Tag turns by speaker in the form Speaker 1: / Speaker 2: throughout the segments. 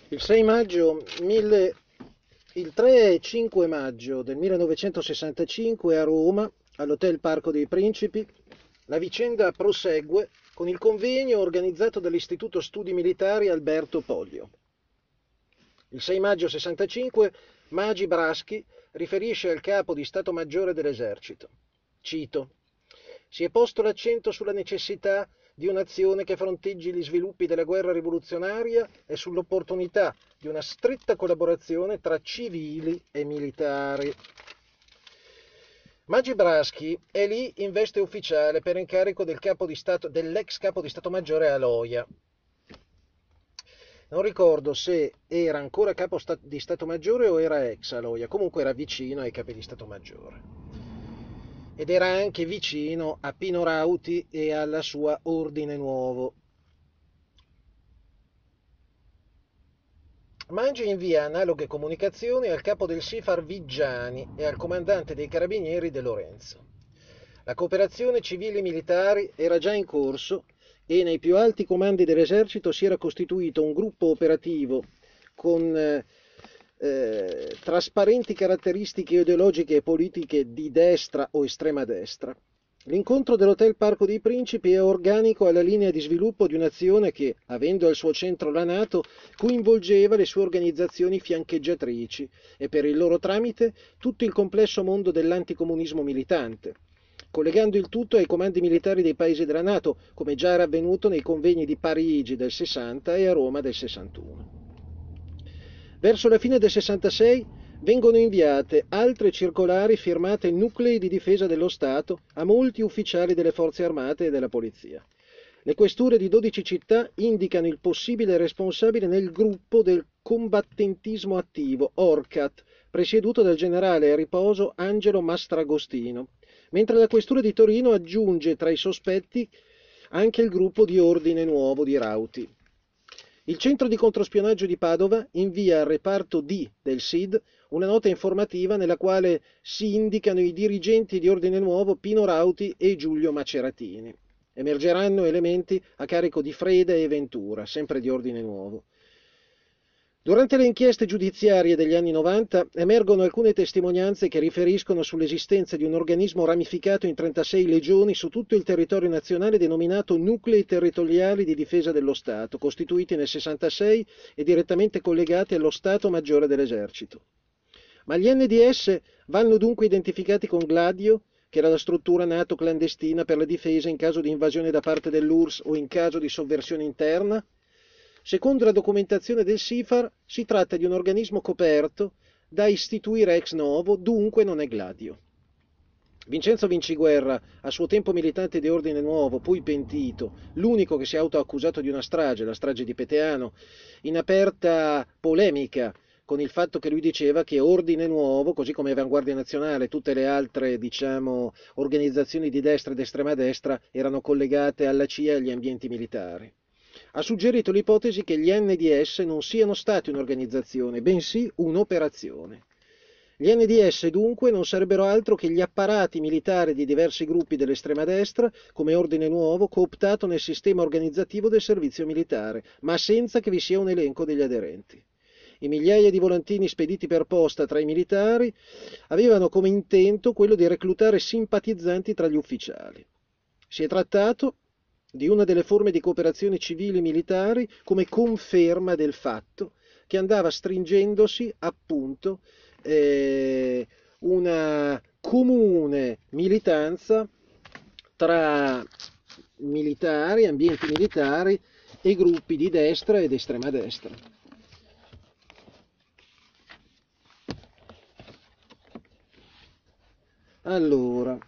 Speaker 1: Il 6 maggio, il 3 e 5 maggio del 1965 a Roma, all'Hotel Parco dei Principi, la vicenda prosegue con il convegno organizzato dall'Istituto Studi Militari Alberto Pollio. Il 6 maggio 65 Magi Braschi riferisce al capo di Stato Maggiore dell'Esercito. Cito: si è posto l'accento sulla necessità di un'azione che fronteggi gli sviluppi della guerra rivoluzionaria e sull'opportunità di una stretta collaborazione tra civili e militari. Magi Braschi è lì in veste ufficiale per incarico dell'ex capo di Stato Maggiore Aloia. Non ricordo se era ancora di Stato Maggiore o era ex Aloia, comunque era vicino ai capi di Stato Maggiore. Ed era anche vicino a Pino Rauti e alla sua Ordine Nuovo. Maggi invia analoghe comunicazioni al capo del SIFAR Viggiani e al comandante dei carabinieri De Lorenzo. La cooperazione civili-militari era già in corso e nei più alti comandi dell'esercito si era costituito un gruppo operativo con trasparenti caratteristiche ideologiche e politiche di destra o estrema destra. L'incontro dell'Hotel Parco dei Principi è organico alla linea di sviluppo di un'azione che, avendo al suo centro la NATO, coinvolgeva le sue organizzazioni fiancheggiatrici e per il loro tramite tutto il complesso mondo dell'anticomunismo militante, collegando il tutto ai comandi militari dei paesi della NATO, come già era avvenuto nei convegni di Parigi del 60 e a Roma del 61. Verso la fine del 66 vengono inviate altre circolari firmate nuclei di difesa dello Stato a molti ufficiali delle forze armate e della polizia. Le questure di 12 città indicano il possibile responsabile nel gruppo del combattentismo attivo, ORCAT, presieduto dal generale a riposo Angelo Mastragostino, mentre la questura di Torino aggiunge tra i sospetti anche il gruppo di Ordine Nuovo di Rauti. Il centro di controspionaggio di Padova invia al reparto D del SID una nota informativa nella quale si indicano i dirigenti di Ordine Nuovo Pino Rauti e Giulio Maceratini. Emergeranno elementi a carico di Freda e Ventura, sempre di Ordine Nuovo. Durante le inchieste giudiziarie degli anni 90 emergono alcune testimonianze che riferiscono sull'esistenza di un organismo ramificato in 36 legioni su tutto il territorio nazionale denominato Nuclei Territoriali di Difesa dello Stato, costituiti nel 66 e direttamente collegati allo Stato Maggiore dell'Esercito. Ma gli NDS vanno dunque identificati con Gladio, che era la struttura NATO clandestina per la difesa in caso di invasione da parte dell'URSS o in caso di sovversione interna? Secondo la documentazione del SIFAR, si tratta di un organismo coperto da istituire ex novo, dunque non è Gladio. Vincenzo Vinciguerra, a suo tempo militante di Ordine Nuovo, poi pentito, l'unico che si è autoaccusato di una strage, la strage di Peteano, in aperta polemica con il fatto che lui diceva che Ordine Nuovo, così come Avanguardia Nazionale e tutte le altre, organizzazioni di destra ed estrema destra, erano collegate alla CIA e agli ambienti militari. Ha suggerito l'ipotesi che gli NDS non siano stati un'organizzazione, bensì un'operazione. Gli NDS dunque non sarebbero altro che gli apparati militari di diversi gruppi dell'estrema destra, come Ordine Nuovo, cooptato nel sistema organizzativo del servizio militare, ma senza che vi sia un elenco degli aderenti. I migliaia di volantini spediti per posta tra i militari avevano come intento quello di reclutare simpatizzanti tra gli ufficiali. Si è trattato di una delle forme di cooperazione civili militari come conferma del fatto che andava stringendosi appunto una comune militanza tra militari, ambienti militari e gruppi di destra ed estrema destra. Allora,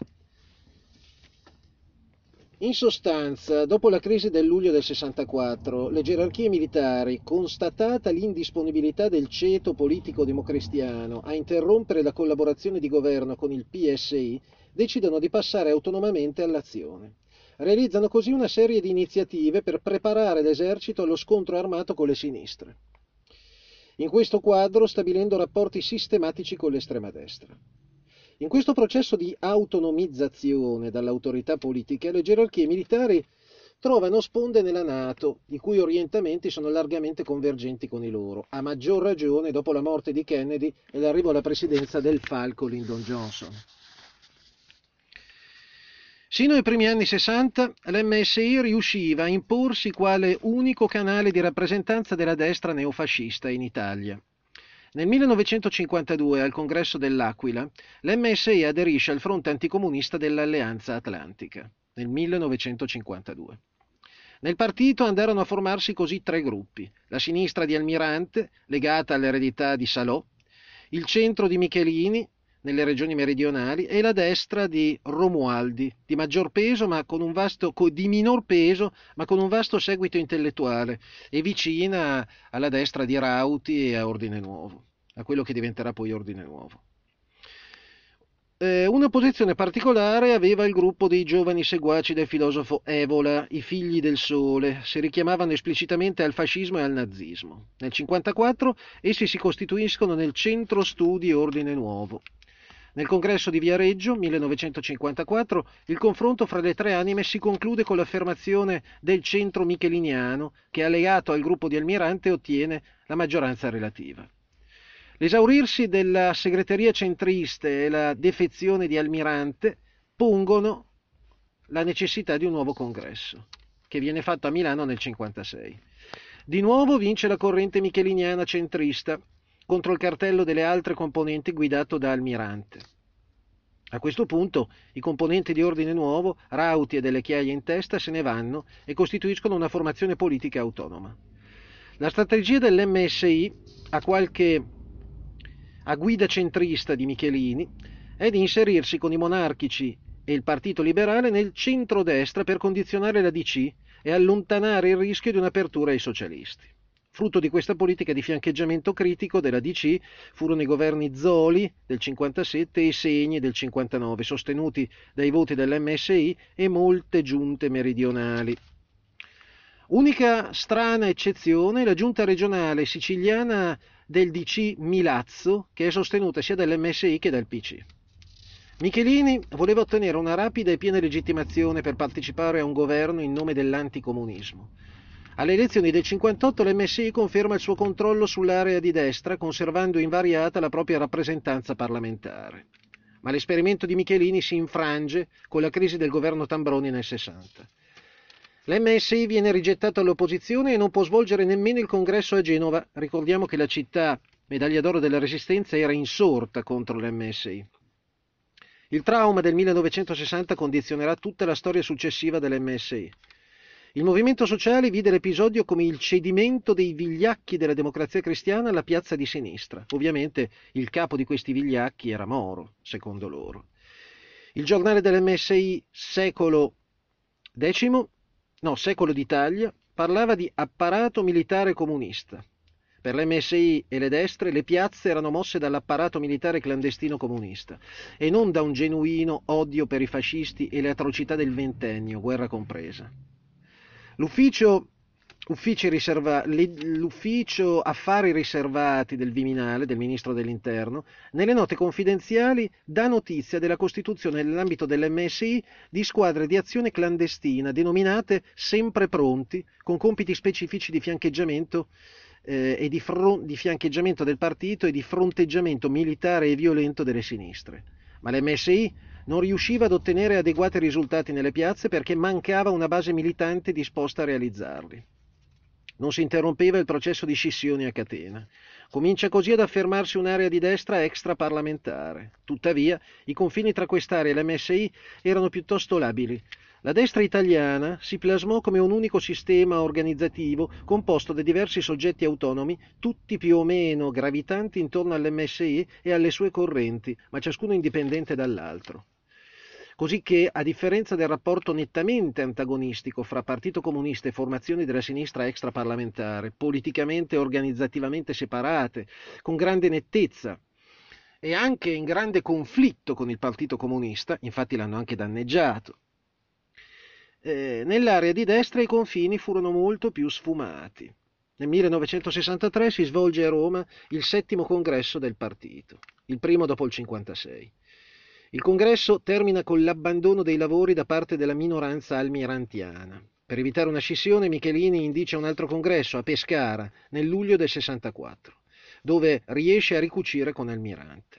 Speaker 1: in sostanza, dopo la crisi del luglio del 64, le gerarchie militari, constatata l'indisponibilità del ceto politico democristiano a interrompere la collaborazione di governo con il PSI, decidono di passare autonomamente all'azione. Realizzano così una serie di iniziative per preparare l'esercito allo scontro armato con le sinistre. In questo quadro stabilendo rapporti sistematici con l'estrema destra. In questo processo di autonomizzazione dall'autorità politica, le gerarchie militari trovano sponde nella NATO, i cui orientamenti sono largamente convergenti con i loro, a maggior ragione dopo la morte di Kennedy e l'arrivo alla presidenza del falco Lyndon Johnson. Sino ai primi anni 60 l'MSI riusciva a imporsi quale unico canale di rappresentanza della destra neofascista in Italia. Nel 1952, al congresso dell'Aquila, l'MSI aderisce al fronte anticomunista dell'Alleanza Atlantica, nel 1952. Nel partito andarono a formarsi così tre gruppi: la sinistra di Almirante, legata all'eredità di Salò, il centro di Michelini, nelle regioni meridionali, e la destra di Romualdi, di maggior peso ma con un vasto, di minor peso ma con un vasto seguito intellettuale, e vicina alla destra di Rauti e a Ordine Nuovo, a quello che diventerà poi Ordine Nuovo. Una posizione particolare aveva il gruppo dei giovani seguaci del filosofo Evola, i Figli del Sole. Si richiamavano esplicitamente al fascismo e al nazismo. Nel 1954 essi si costituiscono nel Centro Studi Ordine Nuovo. Nel congresso di Viareggio, 1954, il confronto fra le tre anime si conclude con l'affermazione del centro micheliniano, che allegato al gruppo di Almirante ottiene la maggioranza relativa. L'esaurirsi della segreteria centrista e la defezione di Almirante pongono la necessità di un nuovo congresso, che viene fatto a Milano nel 1956. Di nuovo vince la corrente micheliniana centrista contro il cartello delle altre componenti guidato da Almirante. A questo punto i componenti di Ordine Nuovo, rauti e delle chiaie in testa, se ne vanno e costituiscono una formazione politica autonoma. La strategia dell'MSI, a guida centrista di Michelini, è di inserirsi con i monarchici e il Partito Liberale nel centrodestra per condizionare la DC e allontanare il rischio di un'apertura ai socialisti. Frutto di questa politica di fiancheggiamento critico della DC furono i governi Zoli del 57 e Segni del 59, sostenuti dai voti dell'MSI e molte giunte meridionali. Unica strana eccezione, la giunta regionale siciliana del DC Milazzo, che è sostenuta sia dall'MSI che dal PC. Michelini voleva ottenere una rapida e piena legittimazione per partecipare a un governo in nome dell'anticomunismo. Alle elezioni del 58 l'MSI conferma il suo controllo sull'area di destra, conservando invariata la propria rappresentanza parlamentare. Ma l'esperimento di Michelini si infrange con la crisi del governo Tambroni nel 60. L'MSI viene rigettato all'opposizione e non può svolgere nemmeno il congresso a Genova. Ricordiamo che la città, medaglia d'oro della Resistenza, era insorta contro l'MSI. Il trauma del 1960 condizionerà tutta la storia successiva dell'MSI. Il movimento sociale vide l'episodio come il cedimento dei vigliacchi della Democrazia Cristiana alla piazza di sinistra. Ovviamente il capo di questi vigliacchi era Moro, secondo loro. Il giornale dell'MSI Secolo d'Italia parlava di apparato militare comunista. Per l'MSI e le destre le piazze erano mosse dall'apparato militare clandestino comunista e non da un genuino odio per i fascisti e le atrocità del ventennio, guerra compresa. L'ufficio affari riservati del Viminale, del ministro dell'Interno, nelle note confidenziali dà notizia della costituzione nell'ambito dell'MSI di squadre di azione clandestina denominate Sempre Pronti, con compiti specifici di fiancheggiamento di fiancheggiamento del partito e di fronteggiamento militare e violento delle sinistre. Ma l'MSI non riusciva ad ottenere adeguati risultati nelle piazze perché mancava una base militante disposta a realizzarli. Non si interrompeva il processo di scissione a catena. Comincia così ad affermarsi un'area di destra extraparlamentare. Tuttavia, i confini tra quest'area e l'MSI erano piuttosto labili. La destra italiana si plasmò come un unico sistema organizzativo composto da diversi soggetti autonomi, tutti più o meno gravitanti intorno all'MSI e alle sue correnti, ma ciascuno indipendente dall'altro. Così che, a differenza del rapporto nettamente antagonistico fra Partito Comunista e formazioni della sinistra extraparlamentare, politicamente e organizzativamente separate, con grande nettezza e anche in grande conflitto con il Partito Comunista, infatti l'hanno anche danneggiato, nell'area di destra i confini furono molto più sfumati. Nel 1963 si svolge a Roma il settimo congresso del partito, il primo dopo il 56. Il congresso termina con l'abbandono dei lavori da parte della minoranza almirantiana. Per evitare una scissione, Michelini indice un altro congresso a Pescara nel luglio del 64, dove riesce a ricucire con Almirante.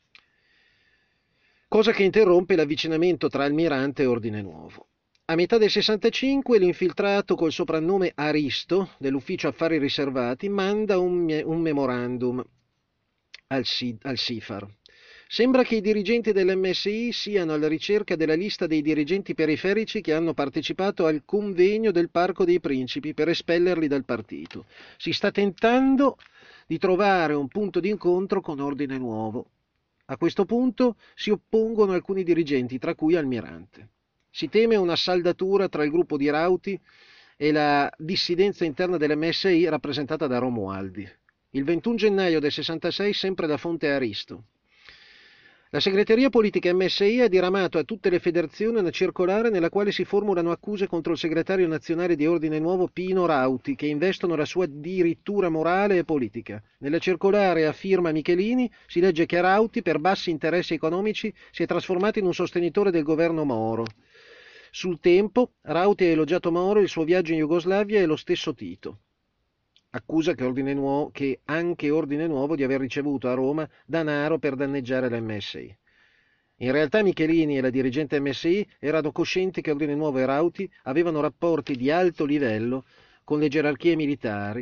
Speaker 1: Cosa che interrompe l'avvicinamento tra Almirante e Ordine Nuovo. A metà del 65 l'infiltrato col soprannome Aristo dell'Ufficio Affari Riservati manda un memorandum al SIFAR. Sembra che i dirigenti dell'MSI siano alla ricerca della lista dei dirigenti periferici che hanno partecipato al convegno del Parco dei Principi per espellerli dal partito. Si sta tentando di trovare un punto di incontro con Ordine Nuovo. A questo punto si oppongono alcuni dirigenti, tra cui Almirante. Si teme una saldatura tra il gruppo di Rauti e la dissidenza interna dell'MSI rappresentata da Romualdi. Il 21 gennaio del 66, sempre da fonte Aristo, la segreteria politica MSI ha diramato a tutte le federazioni una circolare nella quale si formulano accuse contro il segretario nazionale di Ordine Nuovo Pino Rauti, che investono la sua dirittura morale e politica. Nella circolare a firma Michelini si legge che Rauti, per bassi interessi economici, si è trasformato in un sostenitore del governo Moro. Sul Tempo, Rauti ha elogiato Moro e il suo viaggio in Jugoslavia e lo stesso Tito. Accusa che anche Ordine Nuovo di aver ricevuto a Roma danaro per danneggiare l'MSI. In realtà Michelini e la dirigente MSI erano coscienti che Ordine Nuovo e Rauti avevano rapporti di alto livello con le gerarchie militari.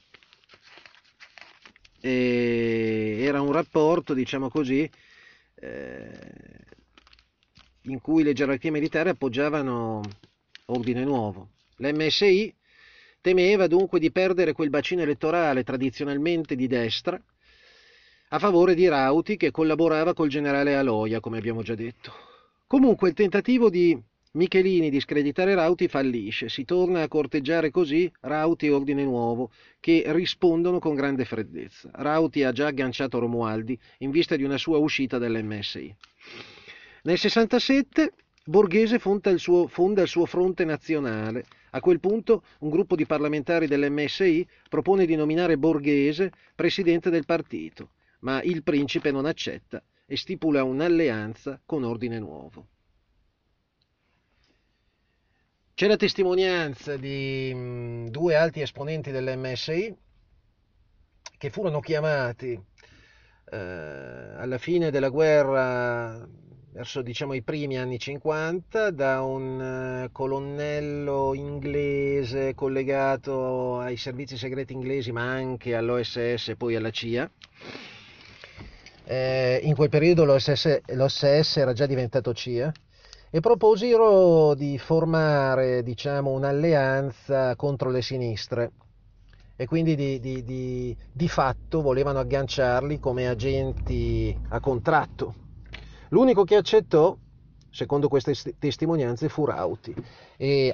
Speaker 1: E era un rapporto, diciamo così, in cui le gerarchie militari appoggiavano Ordine Nuovo. L'MSI temeva dunque di perdere quel bacino elettorale tradizionalmente di destra a favore di Rauti, che collaborava col generale Aloia, come abbiamo già detto. Comunque il tentativo di Michelini di screditare Rauti fallisce, si torna a corteggiare così Rauti e Ordine Nuovo, che rispondono con grande freddezza. Rauti ha già agganciato Romualdi in vista di una sua uscita dall'MSI. Nel 67 Borghese fonda il suo fronte nazionale. A quel punto un gruppo di parlamentari dell'MSI propone di nominare Borghese presidente del partito, ma il principe non accetta e stipula un'alleanza con Ordine Nuovo. C'è la testimonianza di due alti esponenti dell'MSI che furono chiamati alla fine della guerra, verso diciamo i primi anni 50, da un colonnello inglese collegato ai servizi segreti inglesi, ma anche all'OSS e poi alla CIA. In quel periodo l'OSS era già diventato CIA, e proposero di formare, diciamo, un'alleanza contro le sinistre, e quindi di fatto volevano agganciarli come agenti a contratto. L'unico che accettò, secondo queste testimonianze, fu Rauti, e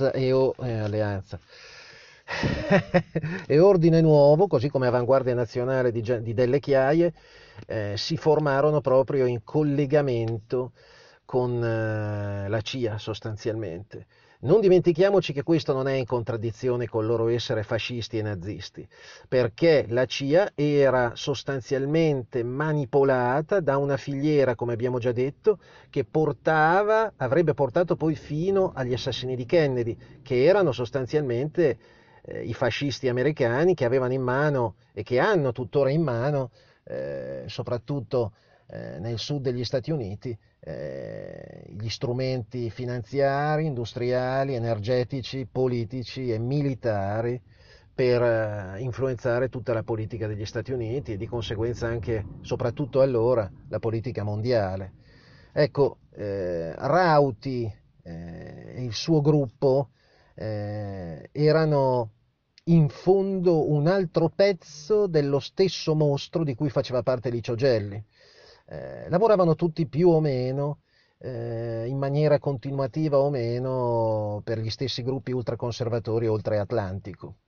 Speaker 1: e Ordine Nuovo, così come Avanguardia Nazionale di Delle Chiaie, si formarono proprio in collegamento con la CIA sostanzialmente. Non dimentichiamoci che questo non è in contraddizione con il loro essere fascisti e nazisti, perché la CIA era sostanzialmente manipolata da una filiera, come abbiamo già detto, che avrebbe portato poi fino agli assassini di Kennedy, che erano sostanzialmente i fascisti americani, che avevano in mano e che hanno tuttora in mano, soprattutto nel sud degli Stati Uniti, gli strumenti finanziari, industriali, energetici, politici e militari per influenzare tutta la politica degli Stati Uniti e di conseguenza anche, soprattutto allora, la politica mondiale. Ecco, Rauti e il suo gruppo erano in fondo un altro pezzo dello stesso mostro di cui faceva parte Licio Gelli. Lavoravano tutti più o meno, in maniera continuativa o meno, per gli stessi gruppi ultraconservatori oltre Atlantico.